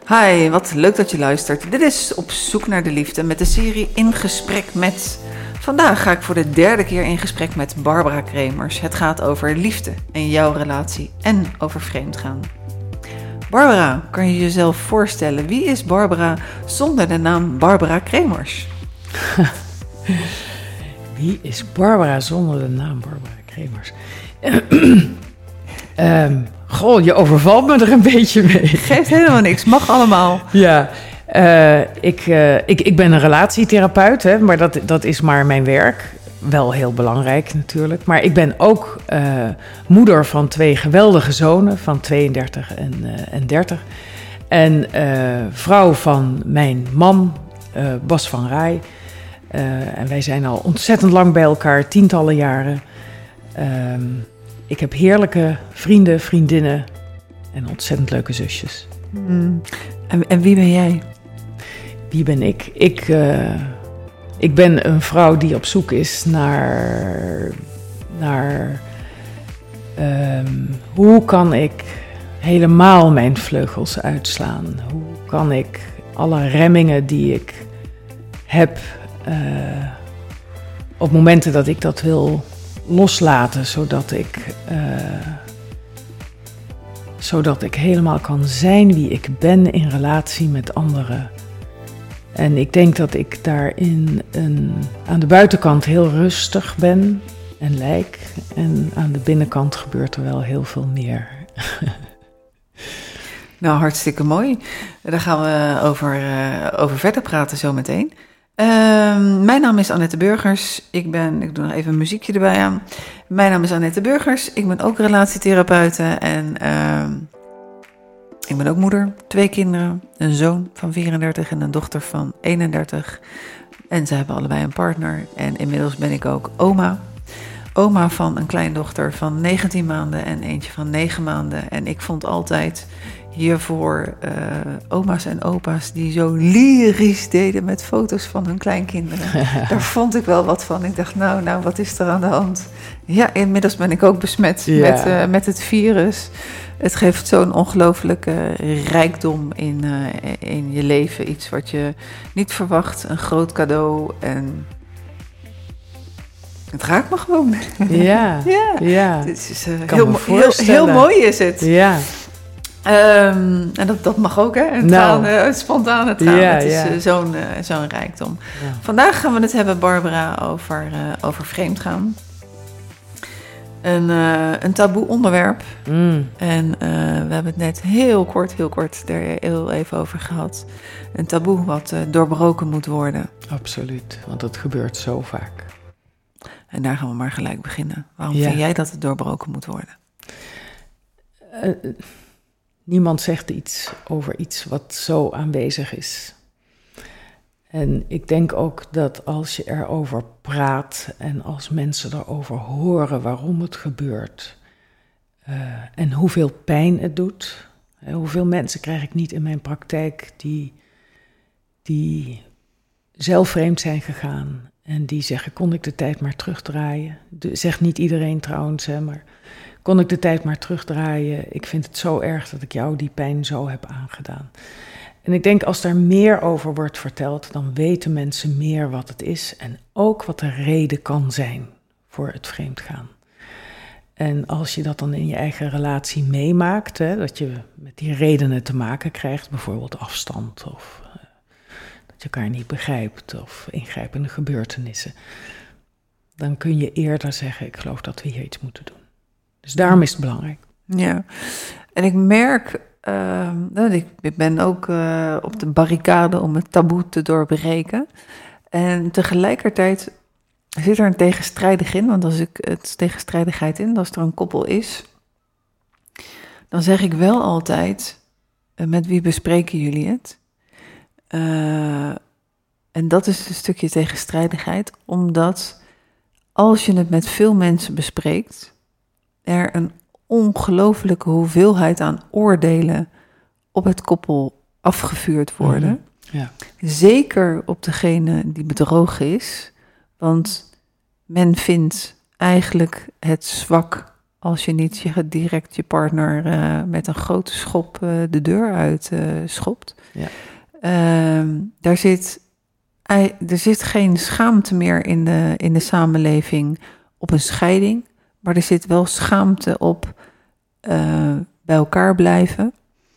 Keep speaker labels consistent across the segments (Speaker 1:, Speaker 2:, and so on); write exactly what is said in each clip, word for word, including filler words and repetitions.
Speaker 1: Hi, wat leuk dat je luistert. Dit is Op Zoek naar de Liefde met de serie In Gesprek Met. Vandaag ga ik voor de derde keer in gesprek met Barbara Kremers. Het gaat over liefde en jouw relatie en over vreemdgaan. Barbara, kan je jezelf voorstellen? Wie is Barbara zonder de naam Barbara Kremers?
Speaker 2: Wie is Barbara zonder de naam Barbara Kremers? um, goh, je overvalt me er een beetje mee.
Speaker 1: Geeft helemaal niks, mag allemaal.
Speaker 2: Ja, uh, ik, uh, ik, ik ben een relatietherapeut, hè, maar dat, dat is maar mijn werk. Wel heel belangrijk natuurlijk. Maar ik ben ook uh, moeder van twee geweldige zonen van tweeëndertig en, uh, en dertig. En uh, vrouw van mijn man, uh, Bas van Rij. Uh, en wij zijn al ontzettend lang bij elkaar, tientallen jaren. Um, ik heb heerlijke vrienden, vriendinnen en ontzettend leuke zusjes.
Speaker 1: Hmm. En, en wie ben jij?
Speaker 2: Wie ben ik? Ik, uh, ik ben een vrouw die op zoek is naar, naar um, hoe kan ik helemaal mijn vleugels uitslaan? Hoe kan ik alle remmingen die ik heb uh, op momenten dat ik dat wil loslaten, zodat ik, uh, zodat ik helemaal kan zijn wie ik ben in relatie met anderen. En ik denk dat ik daarin een, aan de buitenkant heel rustig ben en lijk. En aan de binnenkant gebeurt er wel heel veel meer.
Speaker 1: Nou, hartstikke mooi. Daar gaan we over, uh, over verder praten zometeen. Uh, mijn naam is Annette Burgers. Ik ben, ik doe nog even een muziekje erbij aan. Mijn naam is Annette Burgers. Ik ben ook relatietherapeute en uh, ik ben ook moeder. Twee kinderen, een zoon van vierendertig en een dochter van eenendertig. En ze hebben allebei een partner. En inmiddels ben ik ook oma. Oma van een kleindochter van negentien maanden en eentje van negen maanden. En ik vond altijd hiervoor uh, oma's en opa's die zo lyrisch deden met foto's van hun kleinkinderen. Daar vond ik wel wat van. Ik dacht, nou, nou, wat is er aan de hand? Ja, inmiddels ben ik ook besmet ja. met, uh, met het virus. Het geeft zo'n ongelooflijke rijkdom in, uh, in je leven. Iets wat je niet verwacht. Een groot cadeau en het raakt me gewoon.
Speaker 2: Ja, ja. ja.
Speaker 1: Het is, uh, heel, heel, heel mooi is het.
Speaker 2: Ja.
Speaker 1: Um, en dat, dat mag ook, hè? Een
Speaker 2: nou.
Speaker 1: traan, uh, spontane traan.
Speaker 2: Ja,
Speaker 1: het is
Speaker 2: ja.
Speaker 1: uh, zo'n, uh, zo'n rijkdom.
Speaker 2: Ja.
Speaker 1: Vandaag gaan we het hebben, Barbara, over, uh, over vreemdgaan. Een, uh, een taboe onderwerp.
Speaker 2: Mm.
Speaker 1: En uh, we hebben het net heel kort, heel kort er heel even over gehad. Een taboe wat uh, doorbroken moet worden.
Speaker 2: Absoluut, want het gebeurt zo vaak.
Speaker 1: En daar gaan we maar gelijk beginnen. Waarom
Speaker 2: ja.
Speaker 1: vind jij dat het doorbroken moet worden?
Speaker 2: Uh, niemand zegt iets over iets wat zo aanwezig is. En ik denk ook dat als je erover praat en als mensen erover horen waarom het gebeurt uh, en hoeveel pijn het doet. Uh, hoeveel mensen krijg ik niet in mijn praktijk die, die zelf vreemd zijn gegaan en die zeggen, kon ik de tijd maar terugdraaien? De, zegt niet iedereen trouwens, hè, maar kon ik de tijd maar terugdraaien? Ik vind het zo erg dat ik jou die pijn zo heb aangedaan. En ik denk als daar meer over wordt verteld, dan weten mensen meer wat het is en ook wat de reden kan zijn voor het vreemdgaan. En als je dat dan in je eigen relatie meemaakt, hè, dat je met die redenen te maken krijgt, bijvoorbeeld afstand of uh, dat je elkaar niet begrijpt of ingrijpende gebeurtenissen, dan kun je eerder zeggen, ik geloof dat we hier iets moeten doen. Dus daarom is het belangrijk.
Speaker 1: Ja, en ik merk, uh, ik ben ook uh, op de barricade om het taboe te doorbreken. En tegelijkertijd zit er een tegenstrijdig in, want als ik het tegenstrijdigheid in, als er een koppel is, dan zeg ik wel altijd, uh, met wie bespreken jullie het? Uh, en dat is een stukje tegenstrijdigheid, omdat als je het met veel mensen bespreekt, er een ongelofelijke hoeveelheid aan oordelen op het koppel afgevuurd worden.
Speaker 2: Mm-hmm. Ja.
Speaker 1: Zeker op degene die bedrogen is. Want men vindt eigenlijk het zwak als je niet je, direct je partner uh, met een grote schop uh, de deur uit uh, schopt.
Speaker 2: Ja.
Speaker 1: Uh, daar zit, er zit geen schaamte meer in de, in de samenleving op een scheiding, maar er zit wel schaamte op uh, bij elkaar blijven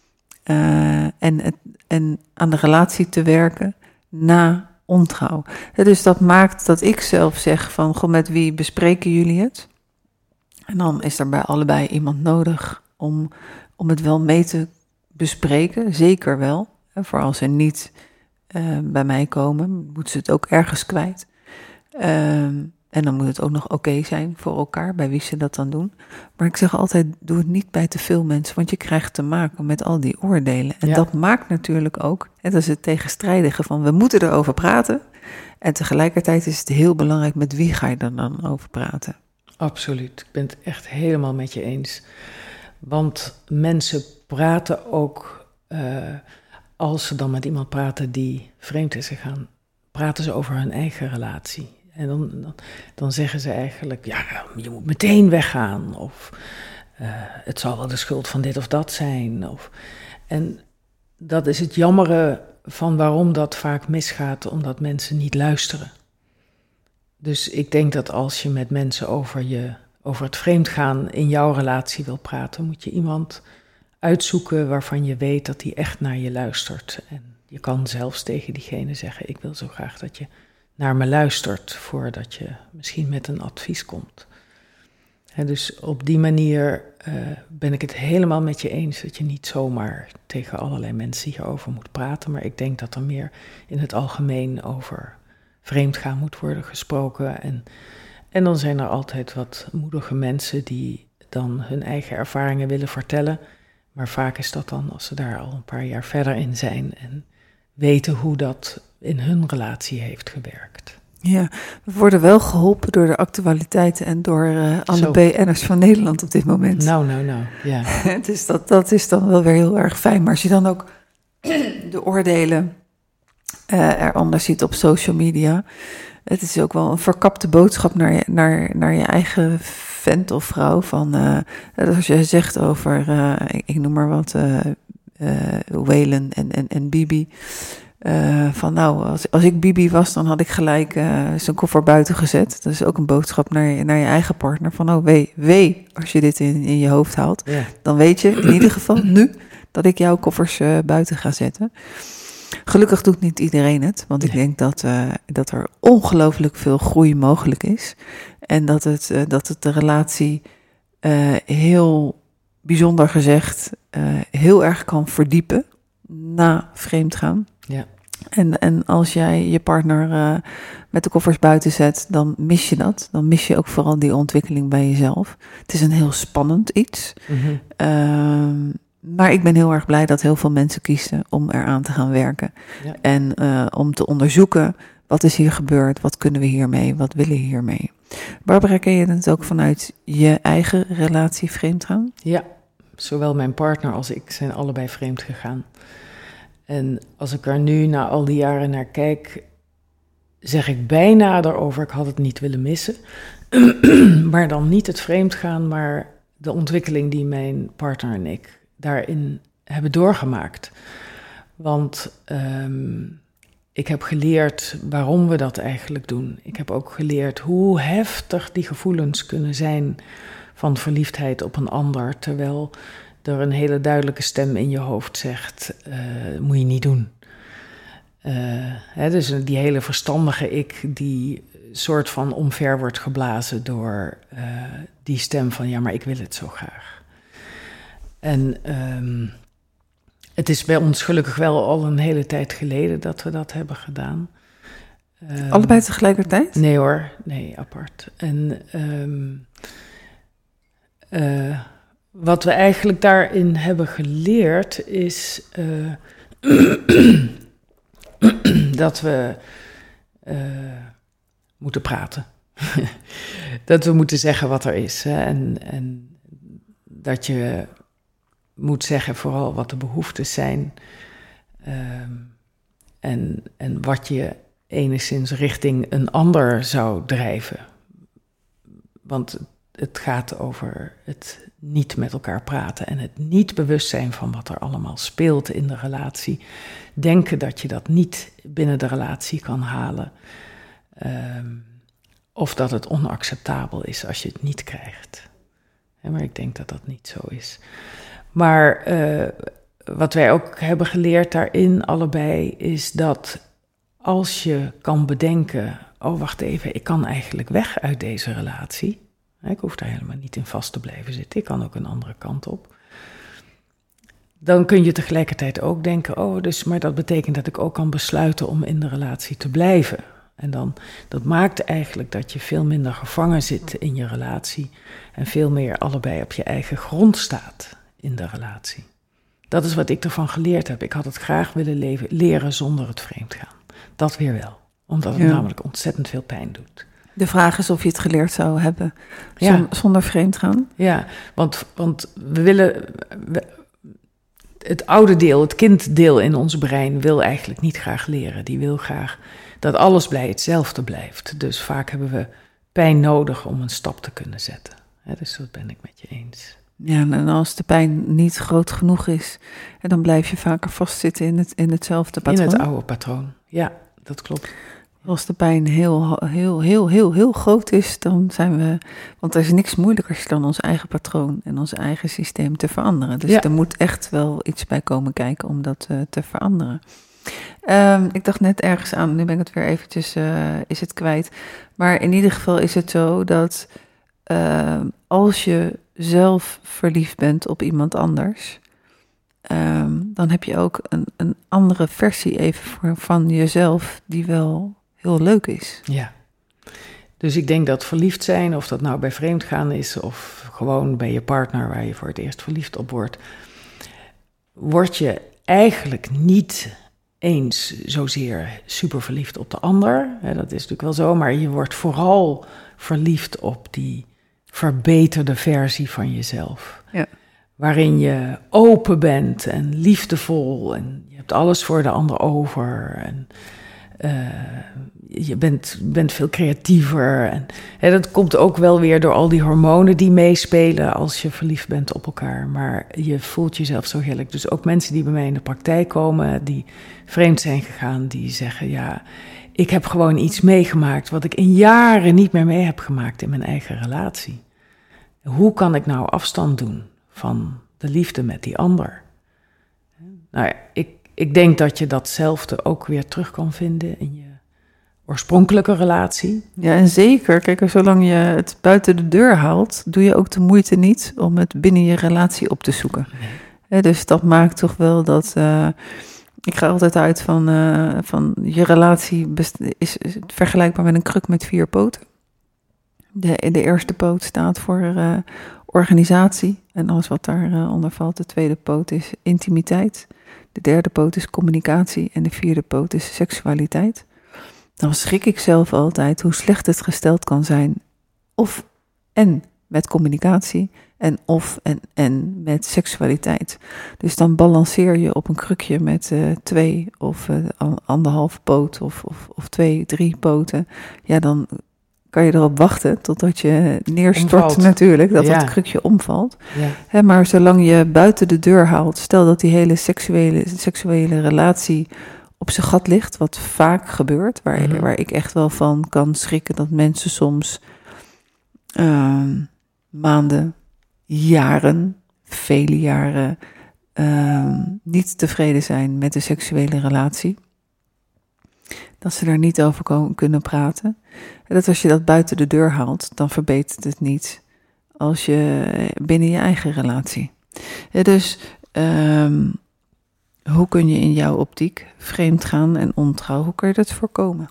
Speaker 1: uh, en, het, en aan de relatie te werken na ontrouw. Dus dat maakt dat ik zelf zeg van, goh, met wie bespreken jullie het? En dan is er bij allebei iemand nodig om, om het wel mee te bespreken, zeker wel. Voor als ze niet uh, bij mij komen, moeten ze het ook ergens kwijt. Uh, en dan moet het ook nog oké okay zijn voor elkaar, bij wie ze dat dan doen. Maar ik zeg altijd, doe het niet bij te veel mensen, want je krijgt te maken met al die oordelen. En ja. dat maakt natuurlijk ook, dat is het tegenstrijdige van, we moeten erover praten. En tegelijkertijd is het heel belangrijk, met wie ga je er dan over praten.
Speaker 2: Absoluut, ik ben het echt helemaal met je eens. Want mensen praten ook, uh, als ze dan met iemand praten die vreemd is gegaan, praten ze over hun eigen relatie. En dan, dan, dan zeggen ze eigenlijk, ja, je moet meteen weggaan. Of uh, het zal wel de schuld van dit of dat zijn. Of, en dat is het jammere van waarom dat vaak misgaat, omdat mensen niet luisteren. Dus ik denk dat als je met mensen over, je, over het vreemdgaan in jouw relatie wil praten, moet je iemand uitzoeken waarvan je weet dat die echt naar je luistert. En je kan zelfs tegen diegene zeggen, ik wil zo graag dat je naar me luistert voordat je misschien met een advies komt. He, dus op die manier uh, ben ik het helemaal met je eens dat je niet zomaar tegen allerlei mensen hierover moet praten, maar ik denk dat er meer in het algemeen over vreemdgaan moet worden gesproken. En, en dan zijn er altijd wat moedige mensen die dan hun eigen ervaringen willen vertellen, maar vaak is dat dan als ze daar al een paar jaar verder in zijn en weten hoe dat in hun relatie heeft gewerkt.
Speaker 1: Ja, we worden wel geholpen door de actualiteiten en door uh, alle B N'ers van Nederland op dit moment.
Speaker 2: Nou, nou, nou, ja.
Speaker 1: Dus dat, dat is dan wel weer heel erg fijn. Maar als je dan ook de oordelen uh, eronder ziet op social media, het is ook wel een verkapte boodschap naar je, naar, naar je eigen vent of vrouw. Van, uh, als je zegt over, uh, ik, ik noem maar wat, uh, uh, Waylon en, en, en Bibi. Uh, van nou, als, als ik Bibi was, dan had ik gelijk uh, zijn koffer buiten gezet. Dat is ook een boodschap naar je, naar je eigen partner. Van oh, wee, wee, als je dit in, in je hoofd haalt. Ja. Dan weet je in ieder geval nu dat ik jouw koffers uh, buiten ga zetten. Gelukkig doet niet iedereen het. Want ik nee. denk dat, uh, dat er ongelooflijk veel groei mogelijk is. En dat het, uh, dat het de relatie uh, heel bijzonder gezegd uh, heel erg kan verdiepen na vreemdgaan.
Speaker 2: Ja.
Speaker 1: En, en als jij je partner uh, met de koffers buiten zet, dan mis je dat. Dan mis je ook vooral die ontwikkeling bij jezelf. Het is een heel spannend iets.
Speaker 2: Mm-hmm.
Speaker 1: Uh, maar ik ben heel erg blij dat heel veel mensen kiezen om eraan te gaan werken.
Speaker 2: Ja.
Speaker 1: En uh, om te onderzoeken, wat is hier gebeurd? Wat kunnen we hiermee? Wat willen we hiermee? Barbara, ken je het ook vanuit je eigen relatie vreemdgaan?
Speaker 2: Ja, zowel mijn partner als ik zijn allebei vreemd gegaan. En als ik er nu na al die jaren naar kijk, zeg ik bijna daarover, ik had het niet willen missen. Maar dan niet het vreemdgaan, maar de ontwikkeling die mijn partner en ik daarin hebben doorgemaakt. Want um, ik heb geleerd waarom we dat eigenlijk doen. Ik heb ook geleerd hoe heftig die gevoelens kunnen zijn van verliefdheid op een ander, terwijl er een hele duidelijke stem in je hoofd zegt, uh, moet je niet doen. Uh, hè, dus die hele verstandige ik, die soort van omver wordt geblazen door uh, die stem van, ja, maar ik wil het zo graag. En um, het is bij ons gelukkig wel al een hele tijd geleden dat we dat hebben gedaan. Um,
Speaker 1: Allebei tegelijkertijd?
Speaker 2: Nee hoor, nee, apart. En um, uh, wat we eigenlijk daarin hebben geleerd is uh, dat we uh, moeten praten. Dat we moeten zeggen wat er is. Hè? En, en dat je moet zeggen vooral wat de behoeftes zijn. Um, en, en wat je enigszins richting een ander zou drijven. Want het gaat over het niet met elkaar praten en het niet bewust zijn van wat er allemaal speelt in de relatie. Denken dat je dat niet binnen de relatie kan halen. Um, of dat het onacceptabel is als je het niet krijgt. Ja, maar ik denk dat dat niet zo is. Maar uh, wat wij ook hebben geleerd daarin allebei is dat als je kan bedenken, oh wacht even, ik kan eigenlijk weg uit deze relatie. Ik hoef daar helemaal niet in vast te blijven zitten, ik kan ook een andere kant op. Dan kun je tegelijkertijd ook denken, oh dus, maar dat betekent dat ik ook kan besluiten om in de relatie te blijven. En dan, dat maakt eigenlijk dat je veel minder gevangen zit in je relatie en veel meer allebei op je eigen grond staat in de relatie. Dat is wat ik ervan geleerd heb. Ik had het graag willen leven, leren zonder het vreemdgaan. Dat weer wel, omdat het ja. namelijk ontzettend veel pijn doet.
Speaker 1: De vraag is of je het geleerd zou hebben ja. zonder vreemdgaan.
Speaker 2: Ja, want, want we willen... We, het oude deel, het kinddeel in ons brein wil eigenlijk niet graag leren. Die wil graag dat alles bij hetzelfde blijft. Dus vaak hebben we pijn nodig om een stap te kunnen zetten. Ja, dus dat ben ik met je eens.
Speaker 1: Ja, en als de pijn niet groot genoeg is, dan blijf je vaker vastzitten in, het, in hetzelfde patroon.
Speaker 2: In het oude patroon, ja, dat klopt.
Speaker 1: Als de pijn heel, heel, heel, heel, heel groot is, dan zijn we... Want er is niks moeilijkers dan ons eigen patroon en ons eigen systeem te veranderen. Dus ja. er moet echt wel iets bij komen kijken om dat uh, te veranderen. Um, ik dacht net ergens aan, nu ben ik het weer eventjes, uh, is het kwijt. Maar in ieder geval is het zo dat uh, als je zelf verliefd bent op iemand anders, um, dan heb je ook een, een andere versie even voor, van jezelf die wel heel leuk is.
Speaker 2: Ja, dus ik denk dat verliefd zijn, of dat nou bij vreemdgaan is of gewoon bij je partner waar je voor het eerst verliefd op wordt, word je eigenlijk niet eens zozeer super verliefd op de ander. Hè, dat is natuurlijk wel zo, maar je wordt vooral verliefd op die verbeterde versie van jezelf. Ja. Waarin je open bent en liefdevol en je hebt alles voor de ander over en uh, je bent, bent veel creatiever. En, hè, dat komt ook wel weer door al die hormonen die meespelen als je verliefd bent op elkaar. Maar je voelt jezelf zo heerlijk. Dus ook mensen die bij mij in de praktijk komen, die vreemd zijn gegaan, die zeggen, ja, ik heb gewoon iets meegemaakt wat ik in jaren niet meer mee heb gemaakt in mijn eigen relatie. Hoe kan ik nou afstand doen van de liefde met die ander? Nou ja, ik, ik denk dat je datzelfde ook weer terug kan vinden in je oorspronkelijke relatie.
Speaker 1: Ja, en zeker. Kijk, zolang je het buiten de deur haalt, doe je ook de moeite niet om het binnen je relatie op te zoeken. Nee. He, dus dat maakt toch wel dat... Uh, ik ga altijd uit van, uh, van je relatie best, is, is vergelijkbaar met een kruk met vier poten. De, de eerste poot staat voor uh, organisatie en alles wat daaronder uh, onder valt. De tweede poot is intimiteit. De derde poot is communicatie en de vierde poot is seksualiteit. Dan schrik ik zelf altijd hoe slecht het gesteld kan zijn. Of en met communicatie en of en en met seksualiteit. Dus dan balanceer je op een krukje met uh, twee of uh, anderhalf poot of, of, of twee, drie poten. Ja, dan kan je erop wachten totdat je neerstort omvalt. Natuurlijk, dat ja. dat krukje omvalt. Ja. He, maar zolang je buiten de deur haalt, stel dat die hele seksuele, seksuele relatie op zijn gat ligt, wat vaak gebeurt, waar, mm-hmm. waar ik echt wel van kan schrikken dat mensen soms uh, maanden, jaren, vele jaren uh, niet tevreden zijn met de seksuele relatie. Dat ze daar niet over komen, kunnen praten. En dat als je dat buiten de deur haalt, dan verbetert het niet als je binnen je eigen relatie. Ja, dus um, hoe kun je in jouw optiek vreemd gaan en ontrouw, hoe kun je dat voorkomen?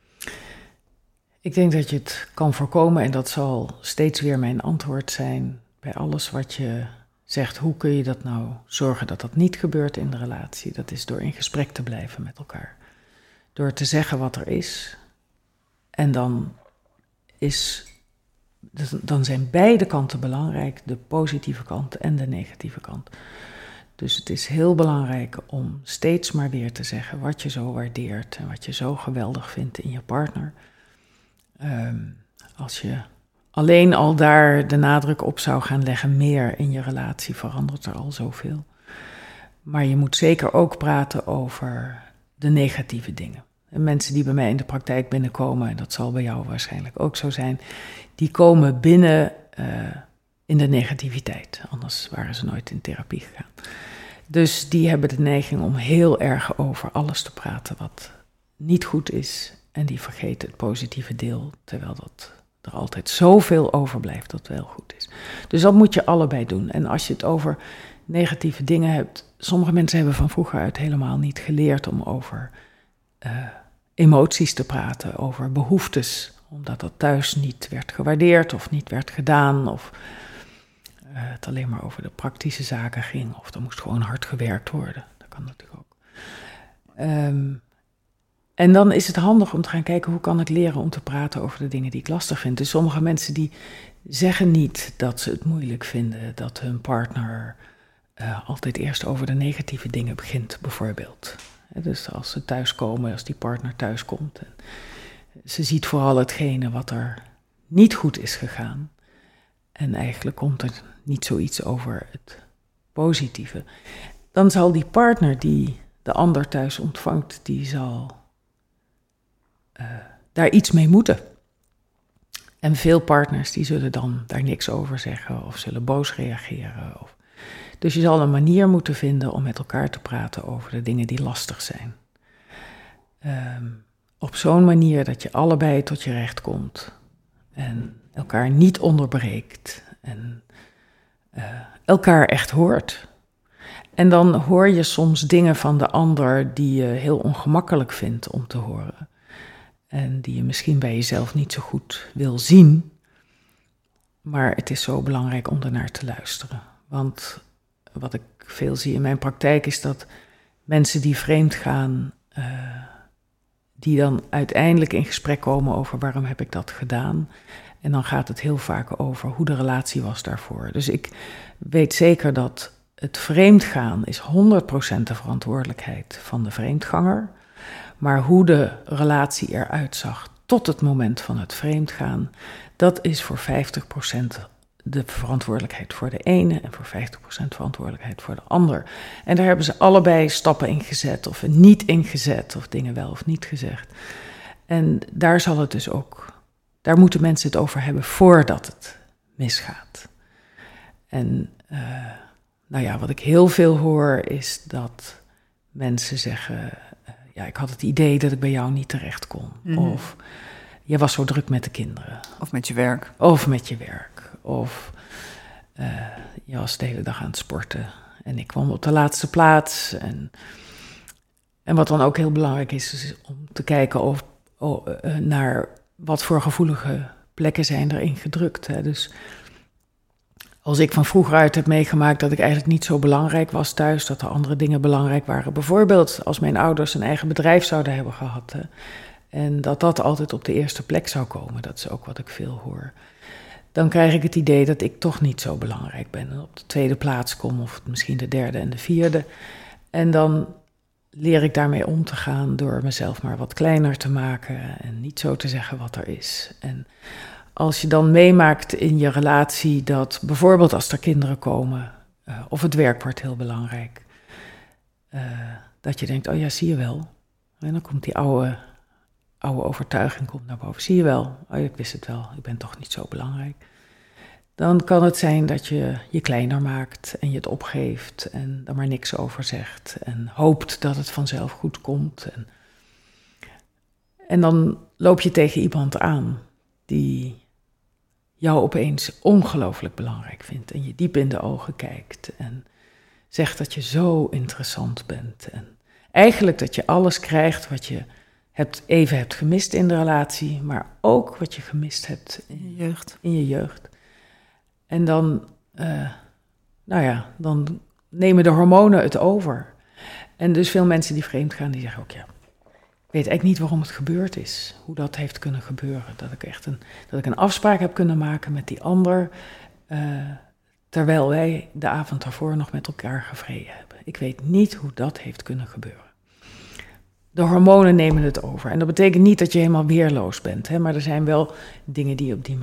Speaker 2: Ik denk dat je het kan voorkomen en dat zal steeds weer mijn antwoord zijn bij alles wat je zegt. Hoe kun je dat nou zorgen dat dat niet gebeurt in de relatie? Dat is door in gesprek te blijven met elkaar. Door te zeggen wat er is. En dan, is, dan zijn beide kanten belangrijk, de positieve kant en de negatieve kant. Dus het is heel belangrijk om steeds maar weer te zeggen wat je zo waardeert en wat je zo geweldig vindt in je partner. Um, als je alleen al daar de nadruk op zou gaan leggen, meer in je relatie, verandert er al zoveel. Maar je moet zeker ook praten over de negatieve dingen. En mensen die bij mij in de praktijk binnenkomen, en dat zal bij jou waarschijnlijk ook zo zijn, die komen binnen uh, in de negativiteit. Anders waren ze nooit in therapie gegaan. Dus die hebben de neiging om heel erg over alles te praten wat niet goed is. En die vergeten het positieve deel, terwijl dat er altijd zoveel overblijft dat wel goed is. Dus dat moet je allebei doen. En als je het over negatieve dingen hebt, sommige mensen hebben van vroeger uit helemaal niet geleerd om over uh, emoties te praten, over behoeftes, omdat dat thuis niet werd gewaardeerd of niet werd gedaan, of uh, het alleen maar over de praktische zaken ging, of er moest gewoon hard gewerkt worden. Dat kan natuurlijk ook. Um, en dan is het handig om te gaan kijken, hoe kan ik leren om te praten over de dingen die ik lastig vind. Dus sommige mensen die zeggen niet dat ze het moeilijk vinden, dat hun partner uh, altijd eerst over de negatieve dingen begint, bijvoorbeeld. Dus als ze thuiskomen, als die partner thuiskomt en ze ziet vooral hetgene wat er niet goed is gegaan. En eigenlijk komt er niet zoiets over het positieve. Dan zal die partner die de ander thuis ontvangt, die zal uh, daar iets mee moeten. En veel partners die zullen dan daar niks over zeggen of zullen boos reageren. Of... Dus je zal een manier moeten vinden om met elkaar te praten over de dingen die lastig zijn. Um, op zo'n manier dat je allebei tot je recht komt en elkaar niet onderbreekt en uh, elkaar echt hoort. En dan hoor je soms dingen van de ander die je heel ongemakkelijk vindt om te horen. En die je misschien bij jezelf niet zo goed wil zien. Maar het is zo belangrijk om ernaar te luisteren. Want wat ik veel zie in mijn praktijk is dat mensen die vreemd gaan, uh, die dan uiteindelijk in gesprek komen over waarom heb ik dat gedaan. En dan gaat het heel vaak over hoe de relatie was daarvoor. Dus ik weet zeker dat het vreemdgaan is honderd procent de verantwoordelijkheid van de vreemdganger. Maar hoe de relatie eruit zag tot het moment van het vreemdgaan, dat is voor vijftig procent de verantwoordelijkheid voor de ene en voor vijftig procent verantwoordelijkheid voor de ander. En daar hebben ze allebei stappen in gezet of niet in gezet of dingen wel of niet gezegd. En daar zal het dus ook, daar moeten mensen het over hebben voordat het misgaat. En uh, nou ja, wat ik heel veel hoor is dat mensen zeggen, uh, ja, ik had het idee dat ik bij jou niet terecht kon. Mm-hmm. Of je was zo druk met de kinderen.
Speaker 1: Of met je werk.
Speaker 2: Of met je werk. Of uh, je was de hele dag aan het sporten en ik kwam op de laatste plaats. En, en wat dan ook heel belangrijk is, is om te kijken of, oh, uh, naar wat voor gevoelige plekken zijn erin gedrukt. Hè. Dus als ik van vroeger uit heb meegemaakt dat ik eigenlijk niet zo belangrijk was thuis, dat er andere dingen belangrijk waren. Bijvoorbeeld als mijn ouders een eigen bedrijf zouden hebben gehad. Hè, en dat dat altijd op de eerste plek zou komen, dat is ook wat ik veel hoor. Dan krijg ik het idee dat ik toch niet zo belangrijk ben en op de tweede plaats kom of misschien de derde en de vierde. En dan leer ik daarmee om te gaan door mezelf maar wat kleiner te maken en niet zo te zeggen wat er is. En als je dan meemaakt in je relatie dat bijvoorbeeld als er kinderen komen uh, of het werk wordt heel belangrijk, uh, dat je denkt, oh ja, zie je wel. En dan komt die oude, oude overtuiging komt naar boven. Zie je wel, oh ja, ik wist het wel, ik ben toch niet zo belangrijk. Dan kan het zijn dat je je kleiner maakt en je het opgeeft en er maar niks over zegt en hoopt dat het vanzelf goed komt. En, en dan loop je tegen iemand aan die jou opeens ongelooflijk belangrijk vindt en je diep in de ogen kijkt en zegt dat je zo interessant bent. En eigenlijk dat je alles krijgt wat je hebt, even hebt gemist in de relatie, maar ook wat je gemist hebt in, in je jeugd. In je jeugd. En dan, uh, nou ja, dan nemen de hormonen het over. En dus veel mensen die vreemd gaan, die zeggen ook, ja, ik weet eigenlijk niet waarom het gebeurd is. Hoe dat heeft kunnen gebeuren. Dat ik echt een, dat ik een afspraak heb kunnen maken met die ander, uh, terwijl wij de avond daarvoor nog met elkaar gevreden hebben. Ik weet niet hoe dat heeft kunnen gebeuren. De hormonen nemen het over. En dat betekent niet dat je helemaal weerloos bent, hè, maar er zijn wel dingen die op die manier meegaan.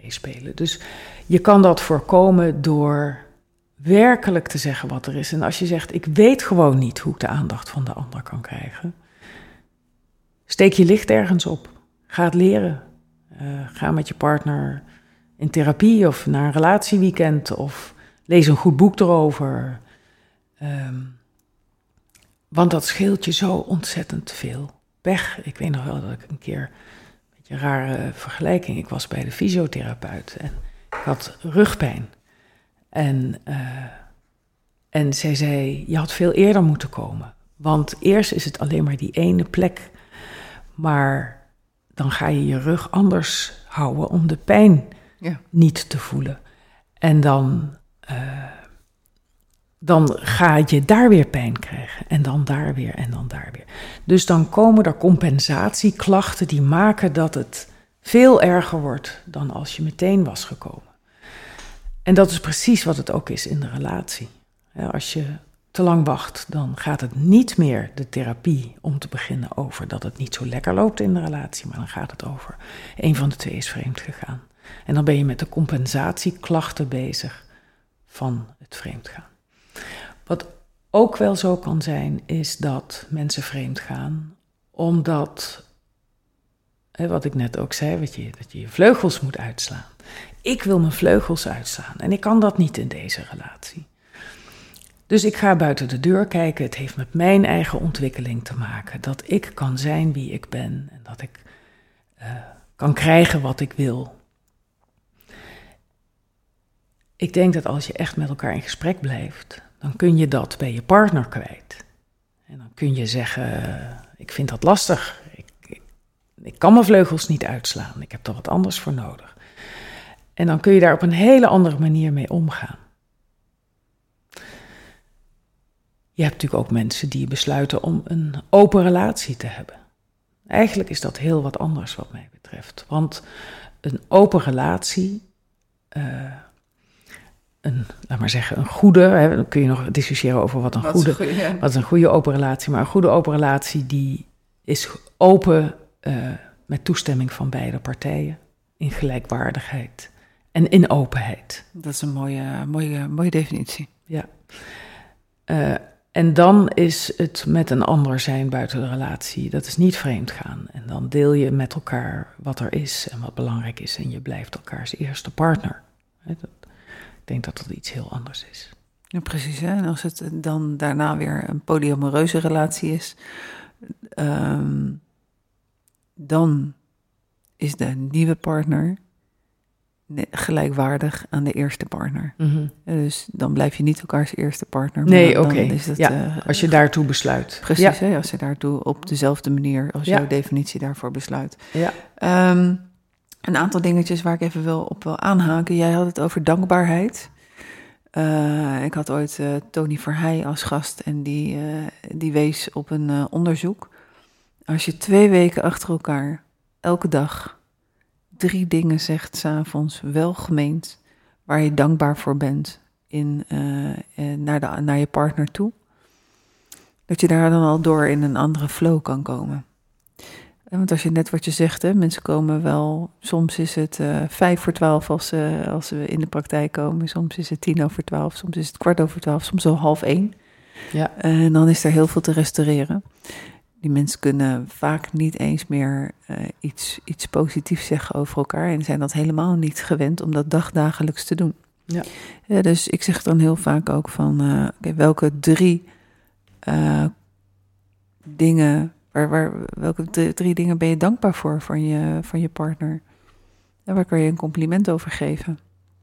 Speaker 2: meespelen. Dus je kan dat voorkomen door werkelijk te zeggen wat er is. En als je zegt, ik weet gewoon niet hoe ik de aandacht van de ander kan krijgen. Steek je licht ergens op. Ga het leren. Uh, ga met je partner in therapie of naar een relatieweekend of lees een goed boek erover. Um, want dat scheelt je zo ontzettend veel. Pech. Ik weet nog wel dat ik een keer, een beetje een rare vergelijking, ik was bij de fysiotherapeut en ik had rugpijn. En, uh, en zij zei, je had veel eerder moeten komen. Want eerst is het alleen maar die ene plek, maar dan ga je je rug anders houden om de pijn ja. niet te voelen. En dan, uh, dan ga je daar weer pijn krijgen. En dan daar weer en dan daar weer. Dus dan komen er compensatieklachten die maken dat het veel erger wordt dan als je meteen was gekomen. En dat is precies wat het ook is in de relatie. Als je te lang wacht, dan gaat het niet meer de therapie om te beginnen over dat het niet zo lekker loopt in de relatie, maar dan gaat het over een van de twee is vreemd gegaan. En dan ben je met de compensatieklachten bezig van het vreemdgaan. Wat ook wel zo kan zijn, is dat mensen vreemd gaan omdat, hè, wat ik net ook zei, wat je, dat je je vleugels moet uitslaan. Ik wil mijn vleugels uitslaan en ik kan dat niet in deze relatie. Dus ik ga buiten de deur kijken. Het heeft met mijn eigen ontwikkeling te maken. Dat ik kan zijn wie ik ben en dat ik uh, kan krijgen wat ik wil. Ik denk dat als je echt met elkaar in gesprek blijft, dan kun je dat bij je partner kwijt. En dan kun je zeggen, uh, ik vind dat lastig. Ik, ik, ik kan mijn vleugels niet uitslaan. Ik heb er wat anders voor nodig. En dan kun je daar op een hele andere manier mee omgaan. Je hebt natuurlijk ook mensen die besluiten om een open relatie te hebben. Eigenlijk is dat heel wat anders wat mij betreft. Want een open relatie, uh, een, laat maar zeggen, een goede, hè, dan kun je nog discussiëren over wat een wat goede, goede ja. wat is een goede open relatie, maar een goede open relatie die is open uh, met toestemming van beide partijen, in gelijkwaardigheid en in openheid.
Speaker 1: Dat is een mooie, mooie, mooie definitie.
Speaker 2: Ja. Uh, En dan is het met een ander zijn buiten de relatie, dat is niet vreemd gaan. En dan deel je met elkaar wat er is en wat belangrijk is en je blijft elkaars eerste partner. Ik denk dat dat iets heel anders is.
Speaker 1: Ja, precies. Hè? En als het dan daarna weer een polyamoreuze relatie is, um, dan is de nieuwe partner gelijkwaardig aan de eerste partner. Mm-hmm. Dus dan blijf je niet elkaars eerste partner.
Speaker 2: Nee, oké. Okay. Ja, uh, als je daartoe besluit.
Speaker 1: Precies,
Speaker 2: ja.
Speaker 1: hè, als je daartoe op dezelfde manier als ja. jouw definitie daarvoor besluit.
Speaker 2: Ja.
Speaker 1: Um, een aantal dingetjes waar ik even wil op wil aanhaken. Jij had het over dankbaarheid. Uh, ik had ooit uh, Tony Verheij als gast en die, uh, die wees op een uh, onderzoek. Als je twee weken achter elkaar, elke dag, drie dingen zegt 's avonds welgemeend, waar je dankbaar voor bent in, uh, naar, de, naar je partner toe, dat je daar dan al door in een andere flow kan komen. Want als je net wat je zegt, hè, mensen komen wel, soms is het uh, vijf voor twaalf als, uh, als we in de praktijk komen, soms is het tien over twaalf, soms is het kwart over twaalf, soms al half één.
Speaker 2: Ja.
Speaker 1: En dan is er heel veel te restaureren. Die mensen kunnen vaak niet eens meer uh, iets, iets positiefs zeggen over elkaar en zijn dat helemaal niet gewend om dat dagdagelijks te doen.
Speaker 2: Ja.
Speaker 1: Ja, dus ik zeg dan heel vaak ook van, uh, okay, welke drie uh, dingen, waar, waar, welke drie, drie dingen ben je dankbaar voor van je, van je partner? En waar kan je een compliment over geven?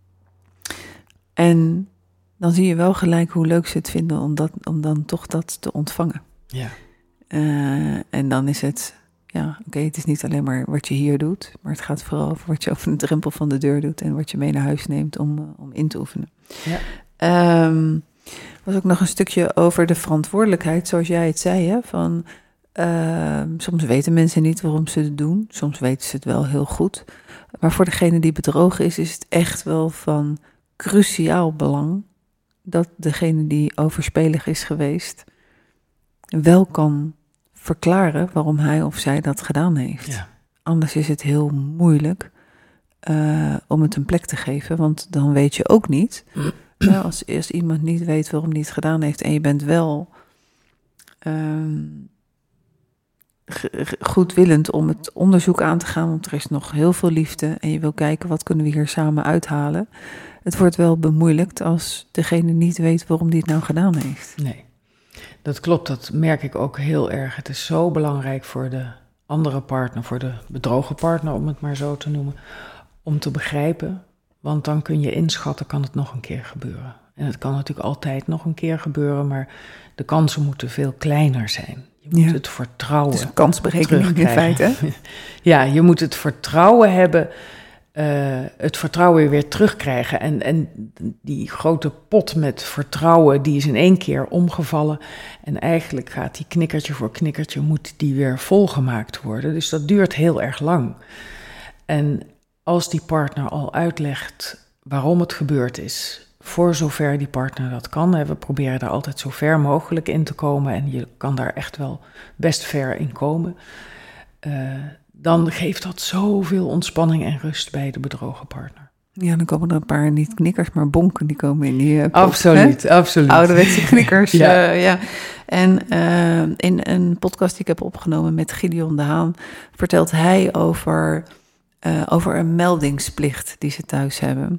Speaker 1: En dan zie je wel gelijk hoe leuk ze het vinden om, dat, om dan toch dat te ontvangen.
Speaker 2: Ja.
Speaker 1: Uh, en dan is het, ja, oké, okay, het is niet alleen maar wat je hier doet, maar het gaat vooral over wat je over de drempel van de deur doet en wat je mee naar huis neemt om, uh, om in te oefenen.
Speaker 2: Ja.
Speaker 1: Um, was ook nog een stukje over de verantwoordelijkheid, zoals jij het zei, hè, van uh, soms weten mensen niet waarom ze het doen, soms weten ze het wel heel goed, maar voor degene die bedrogen is, is het echt wel van cruciaal belang dat degene die overspelig is geweest wel kan verklaren waarom hij of zij dat gedaan heeft.
Speaker 2: Ja.
Speaker 1: Anders is het heel moeilijk uh, om het een plek te geven. Want dan weet je ook niet. Ja, als, als iemand niet weet waarom hij het gedaan heeft en je bent wel um, g- goedwillend om het onderzoek aan te gaan, want er is nog heel veel liefde en je wil kijken wat kunnen we hier samen uithalen. Het wordt wel bemoeilijkt als degene niet weet waarom die het nou gedaan heeft.
Speaker 2: Nee, dat klopt. Dat merk ik ook heel erg. Het is zo belangrijk voor de andere partner, voor de bedrogen partner, om het maar zo te noemen, om te begrijpen. Want dan kun je inschatten, kan het nog een keer gebeuren. En het kan natuurlijk altijd nog een keer gebeuren, maar de kansen moeten veel kleiner zijn. Je moet ja. het vertrouwen
Speaker 1: Het is een kansberekening in feite.
Speaker 2: Ja, je moet het vertrouwen hebben, uh, het vertrouwen weer terugkrijgen. En, en die grote pot met vertrouwen, die is in één keer omgevallen. En eigenlijk gaat die knikkertje voor knikkertje, moet die weer volgemaakt worden. Dus dat duurt heel erg lang. En als die partner al uitlegt waarom het gebeurd is, voor zover die partner dat kan, hè, we proberen daar altijd zo ver mogelijk in te komen en je kan daar echt wel best ver in komen, uh, dan geeft dat zoveel ontspanning en rust bij de bedrogen partner.
Speaker 1: Ja, dan komen er een paar, niet knikkers, maar bonken, die komen in die uh, pot,
Speaker 2: Absoluut,
Speaker 1: hè?
Speaker 2: absoluut.
Speaker 1: Ouderwetse knikkers,
Speaker 2: ja.
Speaker 1: Uh, ja. En uh, in een podcast die ik heb opgenomen met Gideon de Haan, vertelt hij over, uh, over een meldingsplicht die ze thuis hebben.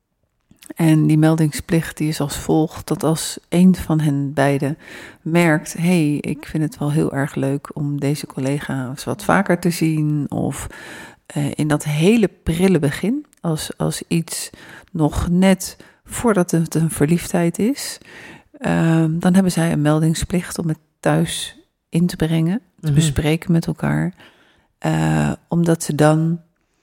Speaker 1: En die meldingsplicht die is als volgt, dat als een van hen beiden merkt, hé, hey, ik vind het wel heel erg leuk om deze collega's wat vaker te zien, of uh, in dat hele prille begin, als, als iets nog net voordat het een verliefdheid is, uh, dan hebben zij een meldingsplicht om het thuis in te brengen, te mm-hmm. bespreken met elkaar, uh, omdat ze dan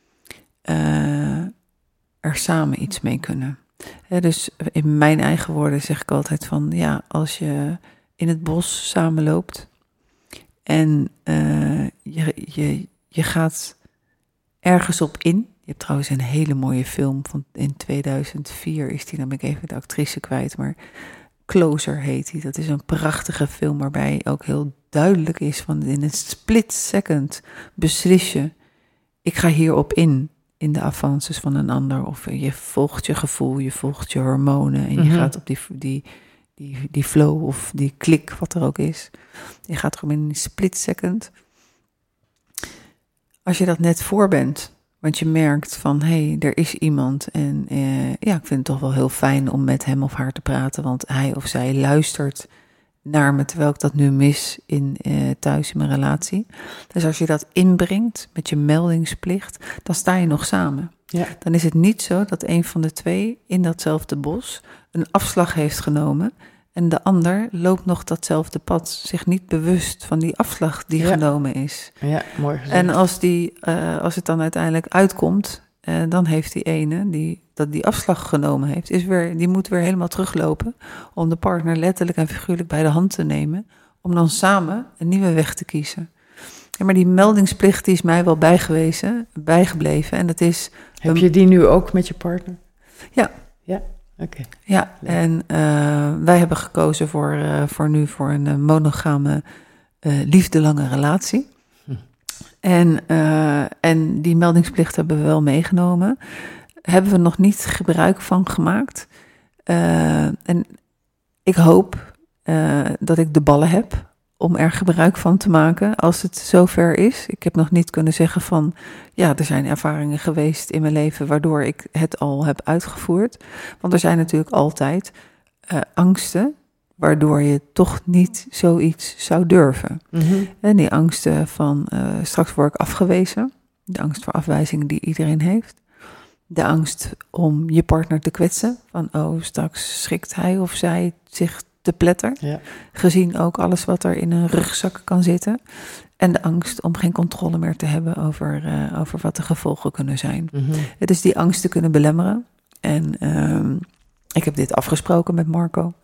Speaker 1: uh, er samen iets mee kunnen. Ja, dus in mijn eigen woorden zeg ik altijd van, ja, als je in het bos samenloopt en uh, je, je, je gaat ergens op in. Je hebt trouwens een hele mooie film van in tweeduizend vier is die, dan ben ik even de actrice kwijt, maar Closer heet die. Dat is een prachtige film waarbij ook heel duidelijk is van in een split second beslis je, ik ga hierop in. In de avances van een ander. Of je volgt je gevoel, je volgt je hormonen. En je mm-hmm. gaat op die, die, die, die flow of die klik, wat er ook is. Je gaat gewoon in een split second. Als je dat net voor bent. Want je merkt van, hé, hey, er is iemand. En uh, ja, ik vind het toch wel heel fijn om met hem of haar te praten. Want hij of zij luistert naar me, terwijl ik dat nu mis in, uh, thuis in mijn relatie. Dus als je dat inbrengt met je meldingsplicht, dan sta je nog samen.
Speaker 2: Ja.
Speaker 1: Dan is het niet zo dat een van de twee in datzelfde bos een afslag heeft genomen en de ander loopt nog datzelfde pad, zich niet bewust van die afslag die ja. genomen is.
Speaker 2: Ja, mooi gezegd.
Speaker 1: En als, die, uh, als het dan uiteindelijk uitkomt, uh, dan heeft die ene die dat die afslag genomen heeft, is weer, die moet weer helemaal teruglopen om de partner letterlijk en figuurlijk bij de hand te nemen, om dan samen een nieuwe weg te kiezen. Ja, maar die meldingsplicht die is mij wel bijgewezen, bijgebleven. En dat is.
Speaker 2: Heb je die nu ook met je partner?
Speaker 1: Ja.
Speaker 2: Ja, oké. Okay.
Speaker 1: Ja, ja, en uh, wij hebben gekozen voor, uh, voor nu voor een uh, monogame, uh, liefdelange relatie. Hm. En, uh, en die meldingsplicht hebben we wel meegenomen. Hebben we nog niet gebruik van gemaakt. Uh, en ik hoop uh, dat ik de ballen heb om er gebruik van te maken als het zover is. Ik heb nog niet kunnen zeggen van, ja, er zijn ervaringen geweest in mijn leven waardoor ik het al heb uitgevoerd. Want er zijn natuurlijk altijd uh, angsten waardoor je toch niet zoiets zou durven. Mm-hmm. En die angsten van, uh, straks word ik afgewezen. De angst voor afwijzing die iedereen heeft. De angst om je partner te kwetsen. Van, oh, straks schrikt hij of zij zich te pletter. Ja. Gezien ook alles wat er in een rugzak kan zitten. En de angst om geen controle meer te hebben over, uh, over wat de gevolgen kunnen zijn. Mm-hmm. Het is die angst te kunnen belemmeren. En uh, ik heb dit afgesproken met Marco.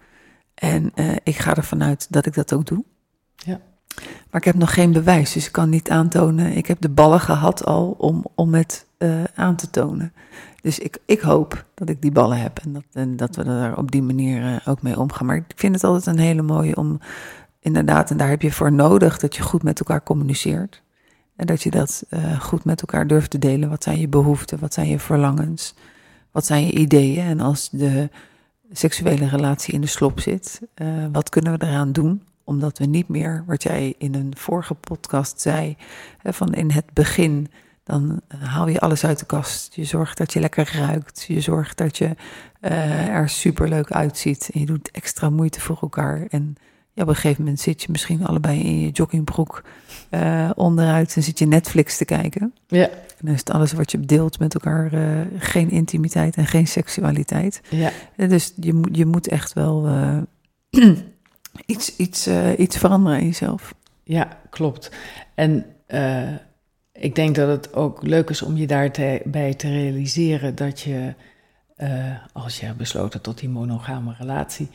Speaker 1: En uh, ik ga ervan uit dat ik dat ook doe.
Speaker 2: Ja.
Speaker 1: Maar ik heb nog geen bewijs, dus ik kan niet aantonen. Ik heb de ballen gehad al om, om het uh, aan te tonen. Dus ik, ik hoop dat ik die ballen heb en dat, en dat we er op die manier uh, ook mee omgaan. Maar ik vind het altijd een hele mooie om, inderdaad, en daar heb je voor nodig dat je goed met elkaar communiceert. En dat je dat uh, goed met elkaar durft te delen. Wat zijn je behoeften? Wat zijn je verlangens? Wat zijn je ideeën? En als de seksuele relatie in de slop zit, uh, wat kunnen we eraan doen? Omdat we niet meer, wat jij in een vorige podcast zei, hè, van in het begin, dan uh, haal je alles uit de kast. Je zorgt dat je lekker ruikt. Je zorgt dat je uh, er superleuk uitziet. En je doet extra moeite voor elkaar. En ja, op een gegeven moment zit je misschien allebei in je joggingbroek uh, onderuit en zit je Netflix te kijken.
Speaker 2: Ja.
Speaker 1: En dan is het alles wat je deelt met elkaar uh, geen intimiteit en geen seksualiteit.
Speaker 2: Ja.
Speaker 1: En dus je, moet, je moet echt wel uh, iets, iets, uh, iets veranderen in jezelf.
Speaker 2: Ja, klopt. En uh, ik denk dat het ook leuk is om je daarbij te realiseren dat je, uh, als je hebt besloten tot die monogame relatie,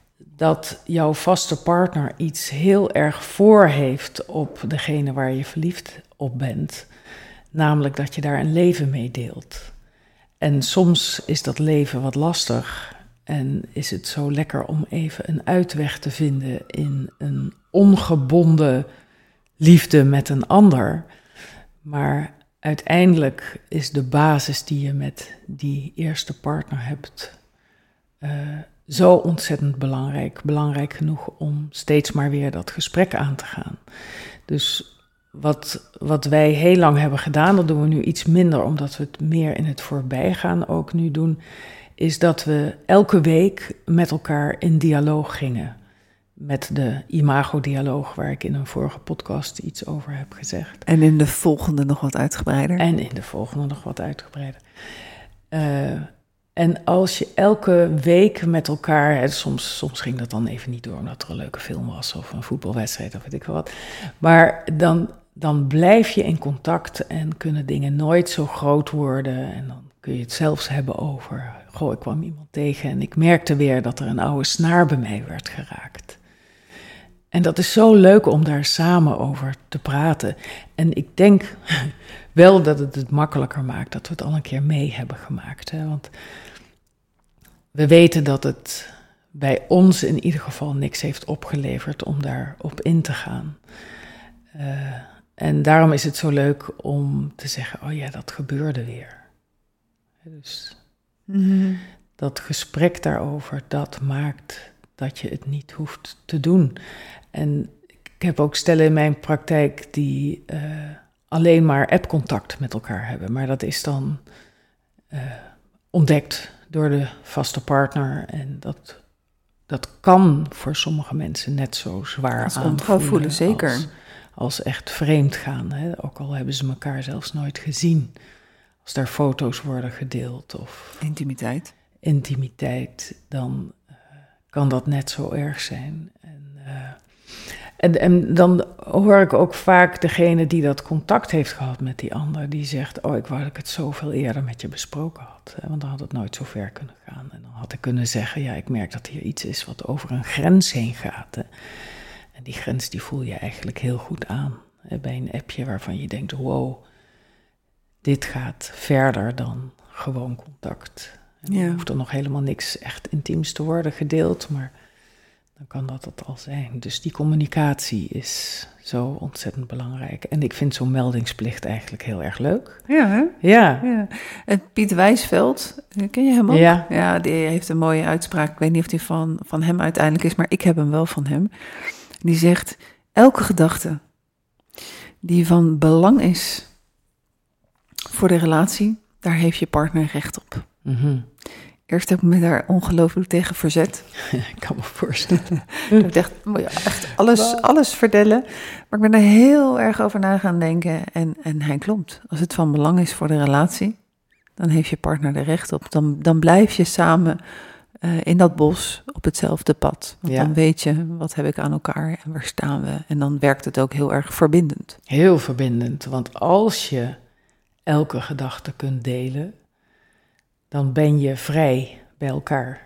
Speaker 2: dat jouw vaste partner iets heel erg voor heeft op degene waar je verliefd op bent. Namelijk dat je daar een leven mee deelt. En soms is dat leven wat lastig en is het zo lekker om even een uitweg te vinden in een ongebonden liefde met een ander. Maar uiteindelijk is de basis die je met die eerste partner hebt uh, zo ontzettend belangrijk. Belangrijk genoeg om steeds maar weer dat gesprek aan te gaan. Dus wat, wat wij heel lang hebben gedaan, dat doen we nu iets minder, omdat we het meer in het voorbijgaan ook nu doen, is dat we elke week met elkaar in dialoog gingen. Met de imago-dialoog, waar ik in een vorige podcast iets over heb gezegd.
Speaker 1: En in de volgende nog wat uitgebreider.
Speaker 2: En in de volgende nog wat uitgebreider. Uh, en als je elke week met elkaar, hè, soms, soms ging dat dan even niet door omdat er een leuke film was of een voetbalwedstrijd of weet ik wel wat. Maar dan, dan blijf je in contact en kunnen dingen nooit zo groot worden. En dan kun je het zelfs hebben over, goh, ik kwam iemand tegen en ik merkte weer dat er een oude snaar bij mij werd geraakt. En dat is zo leuk om daar samen over te praten. En ik denk wel dat het het makkelijker maakt dat we het al een keer mee hebben gemaakt. Hè? Want we weten dat het bij ons in ieder geval niks heeft opgeleverd om daarop in te gaan. Uh, en daarom is het zo leuk om te zeggen, oh ja, dat gebeurde weer. Dus mm-hmm. dat gesprek daarover, dat maakt dat je het niet hoeft te doen. En ik heb ook stellen in mijn praktijk die uh, alleen maar appcontact met elkaar hebben. Maar dat is dan uh, ontdekt door de vaste partner. En dat, dat kan voor sommige mensen net zo zwaar
Speaker 1: als
Speaker 2: aanvoelen.
Speaker 1: ontrouw voelen, zeker.
Speaker 2: Als, als echt vreemd gaan. Hè? Ook al hebben ze elkaar zelfs nooit gezien. Als daar foto's worden gedeeld of
Speaker 1: intimiteit.
Speaker 2: Intimiteit, dan uh, kan dat net zo erg zijn. En, uh, en, en dan hoor ik ook vaak degene die dat contact heeft gehad met die ander, die zegt, oh, ik wou dat ik het zoveel eerder met je besproken had. Hè, want dan had het nooit zo ver kunnen gaan. En dan had ik kunnen zeggen, ja, ik merk dat hier iets is wat over een grens heen gaat. Hè. En die grens die voel je eigenlijk heel goed aan. Hè, bij een appje waarvan je denkt, wow, dit gaat verder dan gewoon contact. En dan ja. hoeft er nog helemaal niks echt intiems te worden gedeeld, maar dan kan dat het al zijn. Dus die communicatie is zo ontzettend belangrijk. En ik vind zo'n meldingsplicht eigenlijk heel erg leuk.
Speaker 1: Ja, hè?
Speaker 2: Ja.
Speaker 1: ja. En Piet Wijsveld, ken je hem ook?
Speaker 2: Ja.
Speaker 1: Ja, die heeft een mooie uitspraak. Ik weet niet of die van, van hem uiteindelijk is, maar ik heb hem wel van hem. Die zegt, elke gedachte die van belang is voor de relatie, daar heeft je partner recht op.
Speaker 2: Mm-hmm.
Speaker 1: Eerst heb ik me daar ongelooflijk tegen verzet.
Speaker 2: Ik kan me voorstellen.
Speaker 1: Ik dacht, moet je echt alles, alles vertellen. Maar ik ben er heel erg over na gaan denken. En, en hij klopt. Als het van belang is voor de relatie, dan heeft je partner er recht op. Dan, dan blijf je samen uh, in dat bos op hetzelfde pad. Want ja. dan weet je, wat heb ik aan elkaar en waar staan we. En dan werkt het ook heel erg verbindend.
Speaker 2: Heel verbindend, want als je elke gedachte kunt delen, dan ben je vrij bij elkaar.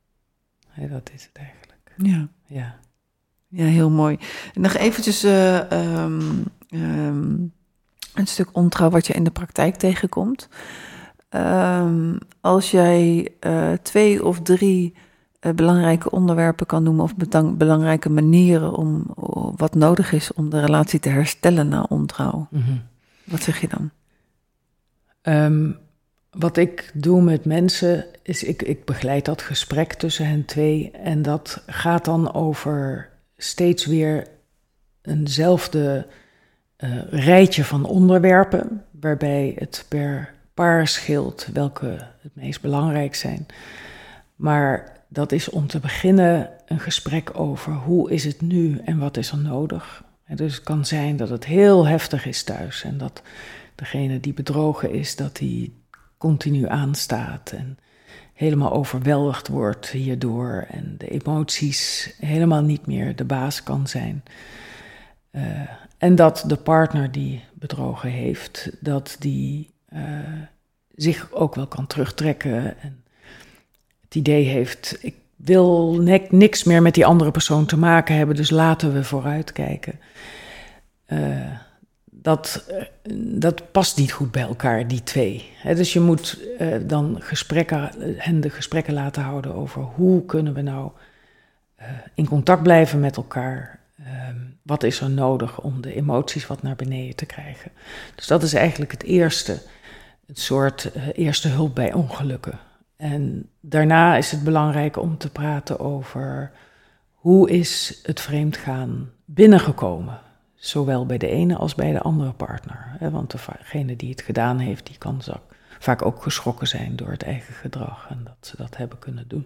Speaker 2: Ja, dat is het eigenlijk.
Speaker 1: Ja.
Speaker 2: Ja,
Speaker 1: ja heel mooi. En nog eventjes uh, um, um, een stuk ontrouw wat je in de praktijk tegenkomt. Um, als jij uh, twee of drie uh, belangrijke onderwerpen kan noemen of betang- belangrijke manieren om uh, wat nodig is om de relatie te herstellen na ontrouw.
Speaker 2: Mm-hmm.
Speaker 1: Wat zeg je dan?
Speaker 2: Um, wat ik doe met mensen is, ik, ik begeleid dat gesprek tussen hen twee en dat gaat dan over steeds weer eenzelfde uh, rijtje van onderwerpen, waarbij het per paar scheelt welke het meest belangrijk zijn. Maar dat is om te beginnen een gesprek over hoe is het nu en wat is er nodig. En dus het kan zijn dat het heel heftig is thuis en dat degene die bedrogen is, dat die continu aanstaat en helemaal overweldigd wordt hierdoor en de emoties helemaal niet meer de baas kan zijn. Uh, en dat de partner die bedrogen heeft, dat die uh, zich ook wel kan terugtrekken en het idee heeft, ik wil ne- niks meer met die andere persoon te maken hebben, dus laten we vooruitkijken. Uh, dat, uh, dat past niet goed bij elkaar, die twee. He, dus je moet uh, dan gesprekken, hen de gesprekken laten houden over hoe kunnen we nou uh, in contact blijven met elkaar. Um, wat is er nodig om de emoties wat naar beneden te krijgen. Dus dat is eigenlijk het eerste, het soort uh, eerste hulp bij ongelukken. En daarna is het belangrijk om te praten over hoe is het vreemdgaan binnengekomen. Zowel bij de ene als bij de andere partner. Hè? Want degene die het gedaan heeft, die kan vaak ook geschrokken zijn door het eigen gedrag. En dat ze dat hebben kunnen doen.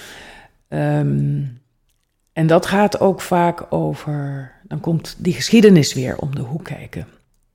Speaker 2: Um, en dat gaat ook vaak over, dan komt die geschiedenis weer om de hoek kijken.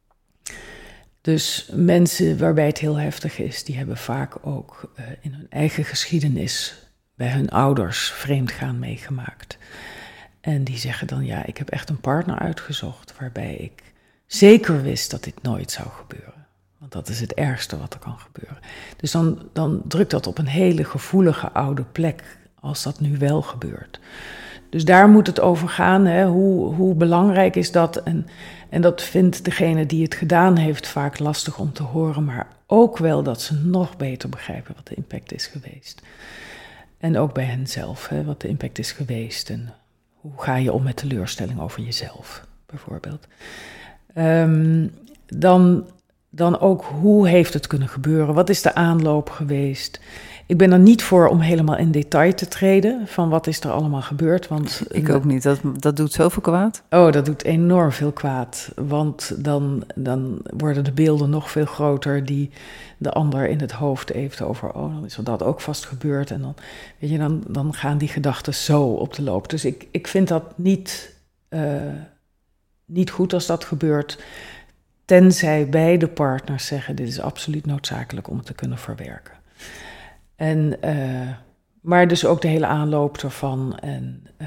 Speaker 2: Dus mensen waarbij het heel heftig is, die hebben vaak ook uh, in hun eigen geschiedenis bij hun ouders vreemdgaan meegemaakt. En die zeggen dan, ja, ik heb echt een partner uitgezocht waarbij ik zeker wist dat dit nooit zou gebeuren. Want dat is het ergste wat er kan gebeuren. Dus dan, dan drukt dat op een hele gevoelige oude plek als dat nu wel gebeurt. Dus daar moet het over gaan, hè? Hoe, hoe belangrijk is dat? En, en dat vindt degene die het gedaan heeft vaak lastig om te horen, maar ook wel dat ze nog beter begrijpen wat de impact is geweest. En ook bij henzelf, hè, wat de impact is geweest. En hoe ga je om met teleurstelling over jezelf, bijvoorbeeld. Um, dan, dan ook, hoe heeft het kunnen gebeuren? Wat is de aanloop geweest? Ik ben er niet voor om helemaal in detail te treden van wat is er allemaal gebeurd. Want,
Speaker 1: ik ook niet, dat, dat doet zoveel kwaad.
Speaker 2: Oh, dat doet enorm veel kwaad. Want dan, dan worden de beelden nog veel groter die de ander in het hoofd heeft over, oh, dan is er dat ook vast gebeurd. En dan, weet je, dan, dan gaan die gedachten zo op de loop. Dus ik, ik vind dat niet, uh, niet goed als dat gebeurt, tenzij beide partners zeggen, dit is absoluut noodzakelijk om het te kunnen verwerken. En, uh, maar dus ook de hele aanloop ervan en uh,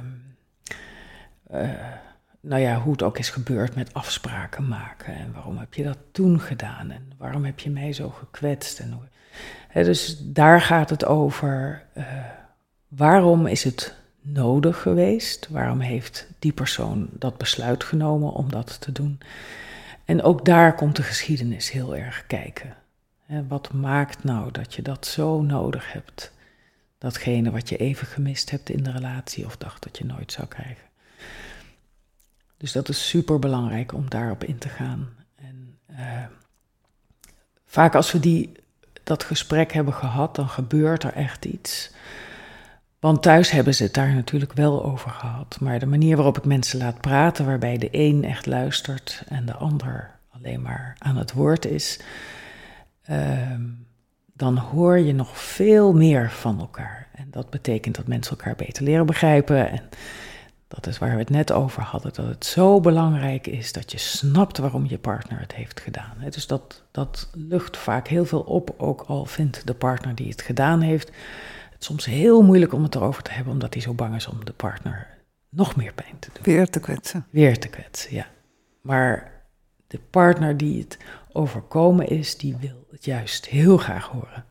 Speaker 2: uh, nou ja, hoe het ook is gebeurd met afspraken maken. En waarom heb je dat toen gedaan en waarom heb je mij zo gekwetst. En hoe, hè, dus daar gaat het over, uh, waarom is het nodig geweest? Waarom heeft die persoon dat besluit genomen om dat te doen? En ook daar komt de geschiedenis heel erg kijken. Wat maakt nou dat je dat zo nodig hebt? Datgene wat je even gemist hebt in de relatie of dacht dat je nooit zou krijgen. Dus dat is super belangrijk om daarop in te gaan. En uh, vaak als we die, dat gesprek hebben gehad, dan gebeurt er echt iets. Want thuis hebben ze het daar natuurlijk wel over gehad. Maar de manier waarop ik mensen laat praten, waarbij de een echt luistert en de ander alleen maar aan het woord is, Uh, dan hoor je nog veel meer van elkaar. En dat betekent dat mensen elkaar beter leren begrijpen. En dat is waar we het net over hadden. Dat het zo belangrijk is dat je snapt waarom je partner het heeft gedaan. Dus dat, dat lucht vaak heel veel op. Ook al vindt de partner die het gedaan heeft het soms heel moeilijk om het erover te hebben, omdat hij zo bang is om de partner nog meer pijn te doen.
Speaker 1: Weer te kwetsen.
Speaker 2: Weer te kwetsen, ja. Maar de partner die het overkomen is, die wil het juist heel graag horen.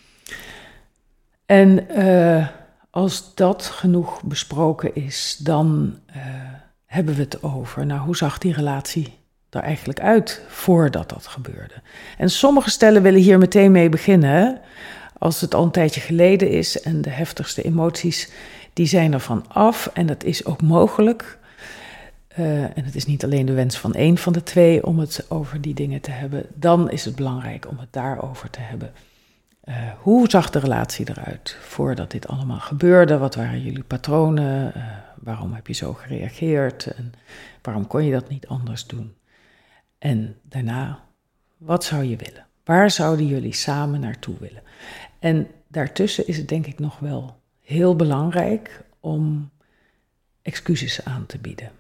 Speaker 2: En uh, als dat genoeg besproken is, dan uh, hebben we het over, nou, hoe zag die relatie er eigenlijk uit voordat dat gebeurde? En sommige stellen willen hier meteen mee beginnen. Als het al een tijdje geleden is en de heftigste emoties, die zijn er van af. En dat is ook mogelijk. Uh, en het is niet alleen de wens van één van de twee om het over die dingen te hebben. Dan is het belangrijk om het daarover te hebben. Uh, hoe zag de relatie eruit voordat dit allemaal gebeurde? Wat waren jullie patronen? Uh, waarom heb je zo gereageerd? En waarom kon je dat niet anders doen? En daarna, wat zou je willen? Waar zouden jullie samen naartoe willen? En daartussen is het denk ik nog wel heel belangrijk om excuses aan te bieden.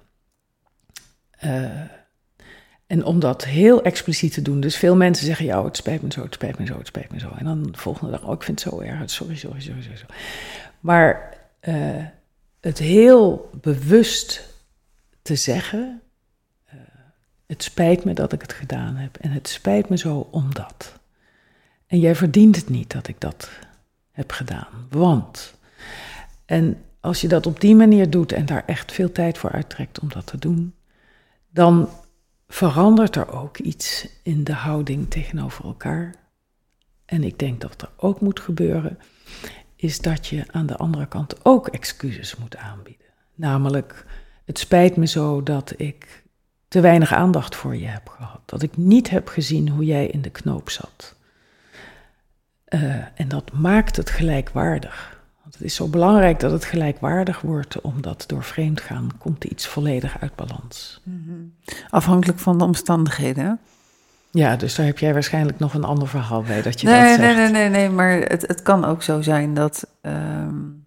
Speaker 2: Uh, en om dat heel expliciet te doen. Dus veel mensen zeggen, ja, het spijt me zo, het spijt me zo, het spijt me zo. En dan de volgende dag, oh, ik vind het zo erg, sorry, sorry, sorry, sorry. Maar uh, het heel bewust te zeggen, uh, het spijt me dat ik het gedaan heb. En het spijt me zo omdat. En jij verdient het niet dat ik dat heb gedaan, want. En als je dat op die manier doet en daar echt veel tijd voor uittrekt om dat te doen, dan verandert er ook iets in de houding tegenover elkaar. En ik denk dat er ook moet gebeuren, is dat je aan de andere kant ook excuses moet aanbieden. Namelijk, het spijt me zo dat ik te weinig aandacht voor je heb gehad. Dat ik niet heb gezien hoe jij in de knoop zat. Uh, en dat maakt het gelijkwaardig. Want het is zo belangrijk dat het gelijkwaardig wordt, omdat door vreemdgaan komt iets volledig uit balans.
Speaker 1: Mm-hmm. Afhankelijk van de omstandigheden, hè?
Speaker 2: Ja, dus daar heb jij waarschijnlijk nog een ander verhaal bij, dat je
Speaker 1: nee,
Speaker 2: dat zegt.
Speaker 1: Nee, nee, nee, nee, maar het, het kan ook zo zijn dat, um,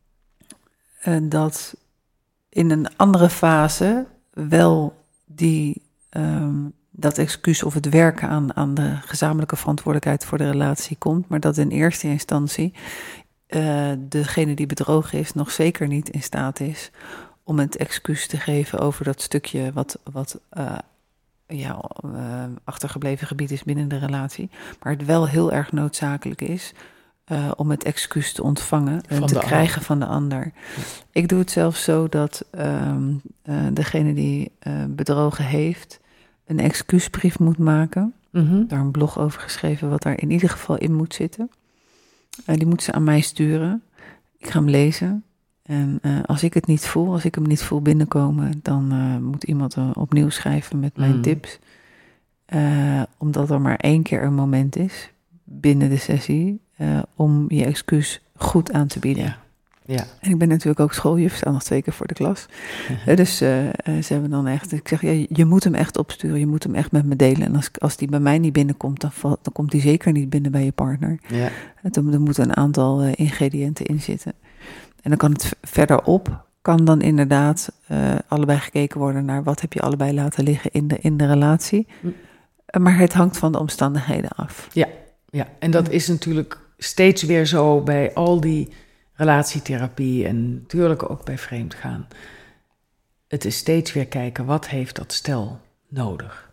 Speaker 1: uh, dat in een andere fase wel die, um, dat excuus of het werken aan, aan de gezamenlijke verantwoordelijkheid voor de relatie komt, maar dat in eerste instantie uh, degene die bedrogen is nog zeker niet in staat is om het excuus te geven over dat stukje wat, wat uh, ja, uh, achtergebleven gebied is binnen de relatie. Maar het wel heel erg noodzakelijk is uh, om het excuus te ontvangen en te krijgen ander. van de ander. Ja. Ik doe het zelfs zo dat um, uh, degene die uh, bedrogen heeft een excuusbrief moet maken. Mm-hmm. Daar een blog over geschreven wat daar in ieder geval in moet zitten. Uh, die moet ze aan mij sturen. Ik ga hem lezen. En uh, als ik het niet voel, als ik hem niet voel binnenkomen, dan uh, moet iemand uh, opnieuw schrijven met mijn mm. tips. Uh, omdat er maar één keer een moment is binnen de sessie uh, om je excuus goed aan te bieden. Ja. Ja. En ik ben natuurlijk ook schooljuf, sta nog twee keer voor de klas. Uh-huh. Uh, dus uh, uh, ze hebben dan echt, ik zeg, ja, je moet hem echt opsturen, je moet hem echt met me delen. En als, als die bij mij niet binnenkomt, dan, valt, dan komt die zeker niet binnen bij je partner. Ja. Uh, er moeten een aantal uh, ingrediënten in zitten. En dan kan het verderop, kan dan inderdaad uh, allebei gekeken worden naar wat heb je allebei laten liggen in de, in de relatie. Mm. Uh, maar het hangt van de omstandigheden af.
Speaker 2: Ja, ja. En dat is natuurlijk steeds weer zo bij al die relatietherapie en natuurlijk ook bij vreemdgaan. Het is steeds weer kijken, wat heeft dat stel nodig?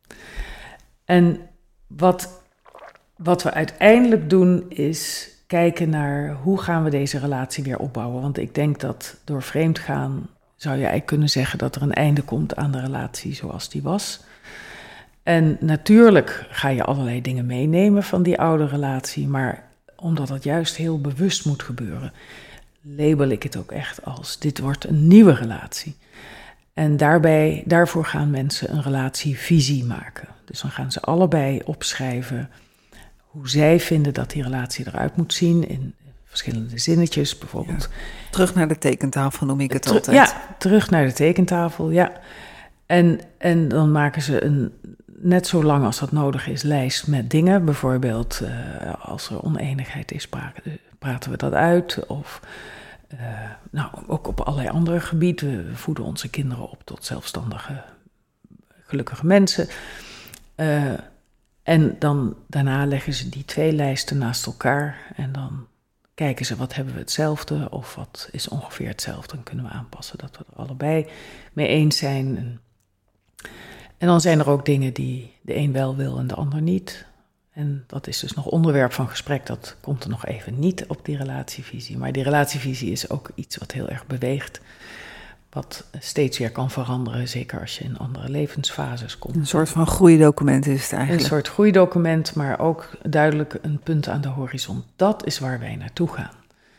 Speaker 2: En wat, wat we uiteindelijk doen is kijken naar hoe gaan we deze relatie weer opbouwen. Want ik denk dat door vreemdgaan zou je eigenlijk kunnen zeggen dat er een einde komt aan de relatie zoals die was. En natuurlijk ga je allerlei dingen meenemen van die oude relatie, maar omdat dat juist heel bewust moet gebeuren, label ik het ook echt als dit wordt een nieuwe relatie. En daarbij, daarvoor gaan mensen een relatievisie maken. Dus dan gaan ze allebei opschrijven hoe zij vinden dat die relatie eruit moet zien in verschillende zinnetjes bijvoorbeeld. Ja.
Speaker 1: Terug naar de tekentafel noem ik het
Speaker 2: Ter-
Speaker 1: altijd.
Speaker 2: Ja, terug naar de tekentafel, ja. En, en dan maken ze een, net zo lang als dat nodig is, lijst met dingen. Bijvoorbeeld uh, als er oneenigheid is, praten, praten we dat uit. Of uh, nou, ook op allerlei andere gebieden. We voeden onze kinderen op tot zelfstandige, gelukkige mensen. Uh, En dan daarna leggen ze die twee lijsten naast elkaar en dan kijken ze wat hebben we hetzelfde of wat is ongeveer hetzelfde. Dan kunnen we aanpassen dat we er allebei mee eens zijn. En, en dan zijn er ook dingen die de een wel wil en de ander niet. En dat is dus nog onderwerp van gesprek, dat komt er nog even niet op die relatievisie. Maar die relatievisie is ook iets wat heel erg beweegt. wat steeds weer kan veranderen, zeker als je in andere levensfases komt.
Speaker 1: Een soort van groeidocument is het eigenlijk.
Speaker 2: Een soort groeidocument, maar ook duidelijk een punt aan de horizon. Dat is waar wij naartoe gaan.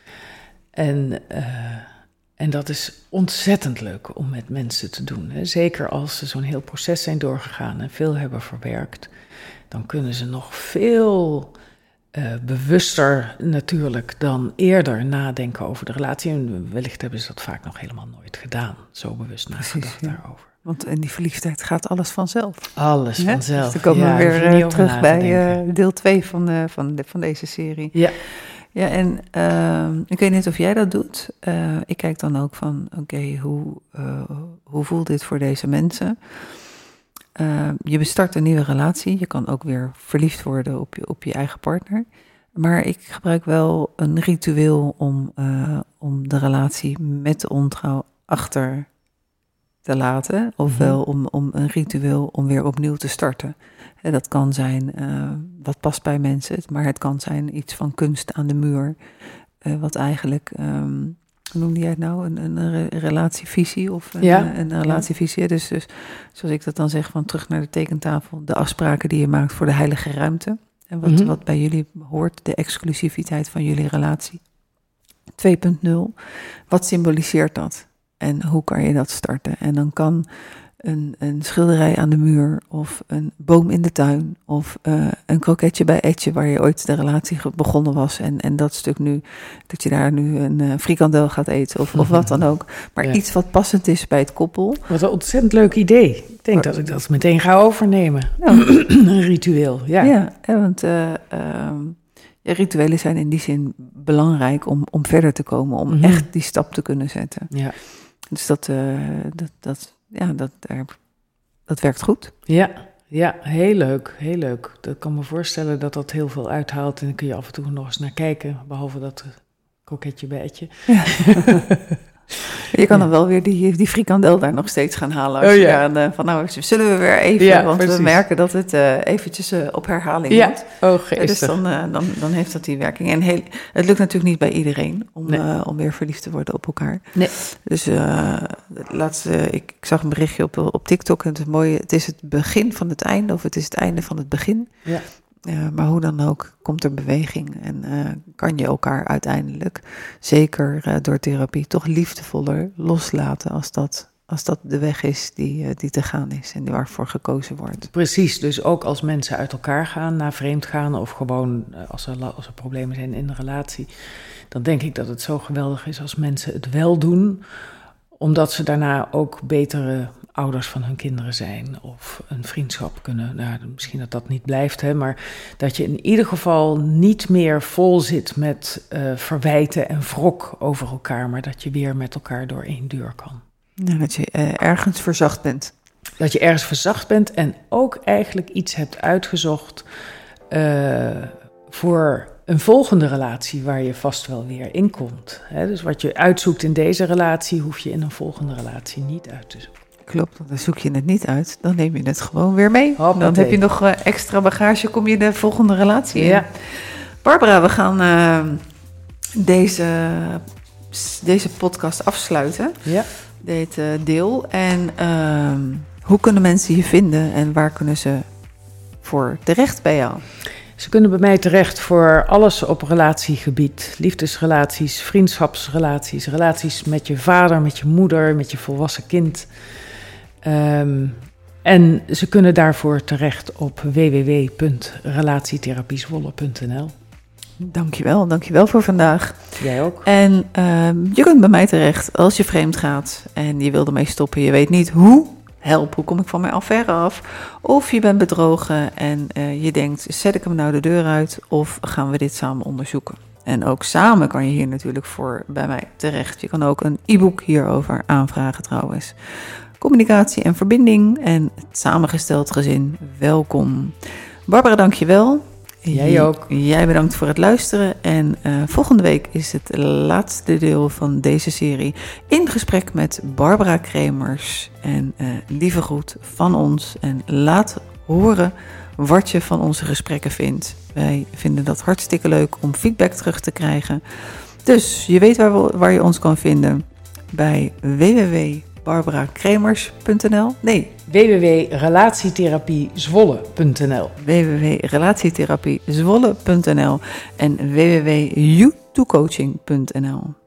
Speaker 2: En, uh, en dat is ontzettend leuk om met mensen te doen. Hè. Zeker als ze zo'n heel proces zijn doorgegaan en veel hebben verwerkt, dan kunnen ze nog veel uh, bewuster natuurlijk dan eerder nadenken over de relatie. En wellicht hebben ze dat vaak nog helemaal nooit gedaan, zo bewust nagedacht ja. daarover.
Speaker 1: Want in die verliefdheid gaat alles vanzelf.
Speaker 2: Alles
Speaker 1: Hè?
Speaker 2: vanzelf.
Speaker 1: Dus dan komen
Speaker 2: ja,
Speaker 1: we weer uh, terug bij uh, deel twee van, uh, van, de, van deze serie.
Speaker 2: Ja.
Speaker 1: Ja, en uh, ik weet niet of jij dat doet. Uh, ik kijk dan ook van, oké, okay, hoe, uh, hoe voelt dit voor deze mensen? Uh, je bestart een nieuwe relatie. Je kan ook weer verliefd worden op je, op je eigen partner. Maar ik gebruik wel een ritueel om, uh, om de relatie met de ontrouw achter te laten. Ofwel mm-hmm. om, om een ritueel om weer opnieuw te starten. En dat kan zijn, uh, wat past bij mensen, maar het kan zijn iets van kunst aan de muur. Uh, wat eigenlijk, um, hoe noemde jij het nou, een, een, een relatievisie of een, ja. een, een relatievisie. Dus, dus zoals ik dat dan zeg, van terug naar de tekentafel, de afspraken die je maakt voor de heilige ruimte. En wat, mm-hmm. wat bij jullie hoort, de exclusiviteit van jullie relatie. twee punt nul, wat symboliseert dat? En hoe kan je dat starten? En dan kan een, een schilderij aan de muur of een boom in de tuin of uh, een kroketje bij Etje waar je ooit de relatie begonnen was en, en dat stuk nu, dat je daar nu een uh, frikandel gaat eten of, of wat dan ook. Maar ja. iets wat passend is bij het koppel.
Speaker 2: Wat een ontzettend leuk idee. Ik denk maar, dat ik dat meteen ga overnemen. Nou, een ritueel, ja.
Speaker 1: Ja, want uh, uh, ja, rituelen zijn in die zin belangrijk om, om verder te komen, om mm-hmm. echt die stap te kunnen zetten.
Speaker 2: Ja.
Speaker 1: Dus dat, uh, dat, dat, ja, dat, dat werkt goed.
Speaker 2: Ja, ja, heel leuk, heel leuk. Ik kan me voorstellen dat dat heel veel uithaalt en dan kun je af en toe nog eens naar kijken, behalve dat kroketje bij Etje. Ja.
Speaker 1: Je kan ja. dan wel weer die, die frikandel daar nog steeds gaan halen. Als oh, ja. je dan, van nou, zullen we weer even, ja, want precies. we merken dat het uh, eventjes uh, op herhaling
Speaker 2: ja.
Speaker 1: moet.
Speaker 2: Oh, geestig.
Speaker 1: Dus dan, uh, dan, dan heeft dat die werking. En heel, het lukt natuurlijk niet bij iedereen om, nee. uh, om weer verliefd te worden op elkaar.
Speaker 2: Nee.
Speaker 1: Dus uh, laatste, ik, ik zag een berichtje op, op TikTok en het is mooi. Het is het begin van het einde of het is het einde van het begin.
Speaker 2: Ja.
Speaker 1: Uh, maar hoe dan ook, komt er beweging en uh, kan je elkaar uiteindelijk, zeker uh, door therapie, toch liefdevoller loslaten als dat, als dat de weg is die, uh, die te gaan is en waarvoor gekozen wordt.
Speaker 2: Precies, dus ook als mensen uit elkaar gaan, naar vreemd gaan of gewoon uh, als, er, als er problemen zijn in de relatie, dan denk ik dat het zo geweldig is als mensen het wel doen, omdat ze daarna ook betere ouders van hun kinderen zijn of een vriendschap kunnen, nou, misschien dat dat niet blijft, hè, maar dat je in ieder geval niet meer vol zit met uh, verwijten en wrok over elkaar, maar dat je weer met elkaar door één deur kan.
Speaker 1: Ja, dat je uh, ergens verzacht bent.
Speaker 2: Dat je ergens verzacht bent en ook eigenlijk iets hebt uitgezocht uh, voor een volgende relatie waar je vast wel weer in komt. Hè? Dus wat je uitzoekt in deze relatie, hoef je in een volgende relatie niet uit te zoeken.
Speaker 1: Klopt, dan zoek je het niet uit, dan neem je het gewoon weer mee.
Speaker 2: Hoppatee.
Speaker 1: Dan heb je nog uh, extra bagage, kom je de volgende relatie in.
Speaker 2: Ja.
Speaker 1: Barbara, we gaan uh, deze, deze podcast afsluiten,
Speaker 2: ja.
Speaker 1: dit uh, deel. En uh, hoe kunnen mensen je vinden en waar kunnen ze voor terecht bij jou?
Speaker 2: Ze kunnen bij mij terecht voor alles op relatiegebied. Liefdesrelaties, vriendschapsrelaties, relaties met je vader, met je moeder, met je volwassen kind. Um, en ze kunnen daarvoor terecht op w w w punt relatietherapiezwolle punt n l.
Speaker 1: Dankjewel, dankjewel voor vandaag.
Speaker 2: Jij ook.
Speaker 1: En uh, je kunt bij mij terecht als je vreemd gaat en je wil ermee stoppen. Je weet niet hoe. Help, hoe kom ik van mijn affaire af? Of je bent bedrogen en uh, je denkt, zet ik hem nou de deur uit of gaan we dit samen onderzoeken? En ook samen kan je hier natuurlijk voor bij mij terecht. Je kan ook een e-book hierover aanvragen trouwens. Communicatie en verbinding en het samengesteld gezin, welkom. Barbara, dank je wel.
Speaker 2: Jij ook.
Speaker 1: Jij bedankt voor het luisteren. En uh, volgende week is het laatste deel van deze serie in gesprek met Barbara Kremers. En uh, lieve groet van ons. En laat horen wat je van onze gesprekken vindt. Wij vinden dat hartstikke leuk om feedback terug te krijgen. Dus je weet waar, we, waar je ons kan vinden. bij w w w punt barbara kremers punt n l. Nee.
Speaker 2: w w w punt relatietherapie zwolle punt n l.
Speaker 1: w w w punt relatietherapie zwolle punt n l en w w w punt you to coaching punt n l.